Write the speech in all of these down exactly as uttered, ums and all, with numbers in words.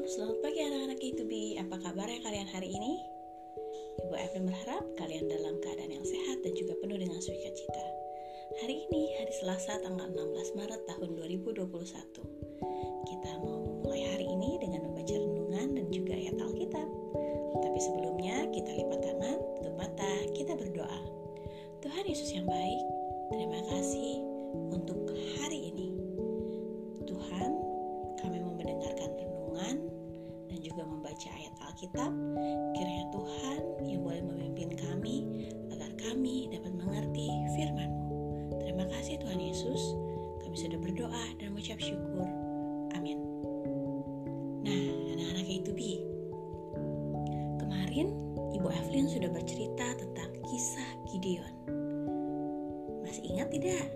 Selamat pagi anak-anak K two B. Apa kabarnya kalian hari ini? Ibu Evelyn berharap kalian dalam keadaan yang sehat dan juga penuh dengan sukacita. Hari ini hari Selasa tanggal enam belas Maret tahun dua ribu dua puluh satu. Kita mau memulai hari ini dengan membaca renungan dan juga ayat Alkitab. Tapi sebelumnya kita lipat tangan, tutup mata, kita berdoa. Tuhan Yesus yang baik, terima kasih untuk hari ini. Tuhan, kami mau mendengarkan renungan dan juga membaca ayat Alkitab. Kiranya Tuhan yang boleh memimpin kami agar kami dapat mengerti firman-Mu. Terima kasih Tuhan Yesus. Kami sudah berdoa dan mengucap syukur. Amin. Nah, anak-anak K two B, kemarin Ibu Evelyn sudah bercerita tentang kisah Gideon. Masih ingat tidak?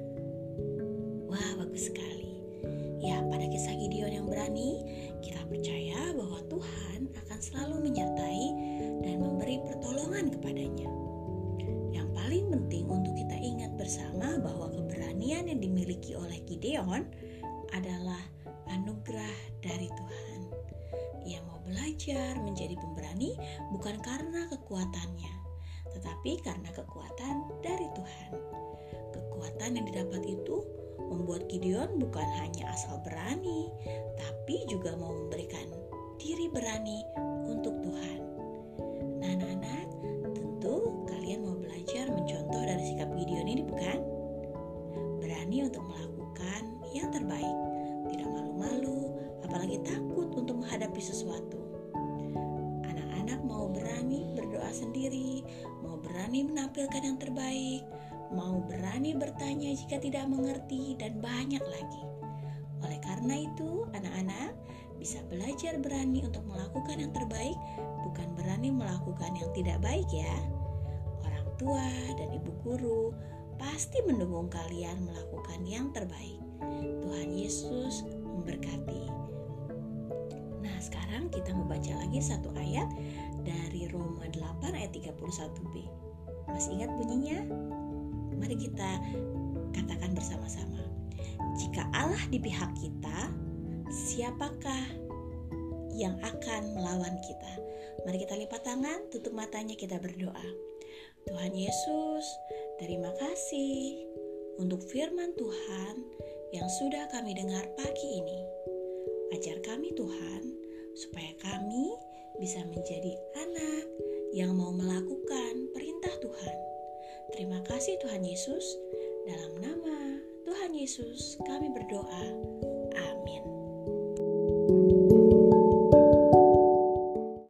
Wah, bagus sekali. Ya, pada kisah Gideon yang berani, kita percaya bahwa Tuhan akan selalu menyertai dan memberi pertolongan kepadanya. Yang paling penting untuk kita ingat bersama bahwa keberanian yang dimiliki oleh Gideon adalah anugerah dari Tuhan. Ia mau belajar menjadi pemberani bukan karena kekuatannya, tetapi karena kekuatan dari Tuhan. Kekuatan yang didapat itu membuat Gideon bukan hanya asal berani, tapi juga mau memberikan diri berani untuk Tuhan. Nah, anak-anak, tentu kalian mau belajar mencontoh dari sikap Gideon ini, bukan? Berani untuk melakukan yang terbaik, tidak malu-malu, apalagi takut untuk menghadapi sesuatu. Anak-anak mau berani berdoa sendiri, mau berani menampilkan yang terbaik, mau berani bertanya jika tidak mengerti, dan banyak lagi. Oleh karena itu, anak-anak bisa belajar berani untuk melakukan yang terbaik, bukan berani melakukan yang tidak baik ya. Orang tua dan ibu guru pasti mendukung kalian melakukan yang terbaik. Tuhan Yesus memberkati. Nah, sekarang kita membaca lagi satu ayat dari Roma delapan ayat tiga puluh satu b. Masih ingat bunyinya? Mari kita katakan bersama-sama. Jika Allah di pihak kita, siapakah yang akan melawan kita? Mari kita lipat tangan, tutup matanya, kita berdoa. Tuhan Yesus, terima kasih untuk firman Tuhan yang sudah kami dengar pagi ini. Ajar kami Tuhan, supaya kami bisa menjadi anak yang mau melakukan perintah Tuhan. Terima kasih Tuhan Yesus. Dalam nama Tuhan Yesus kami berdoa.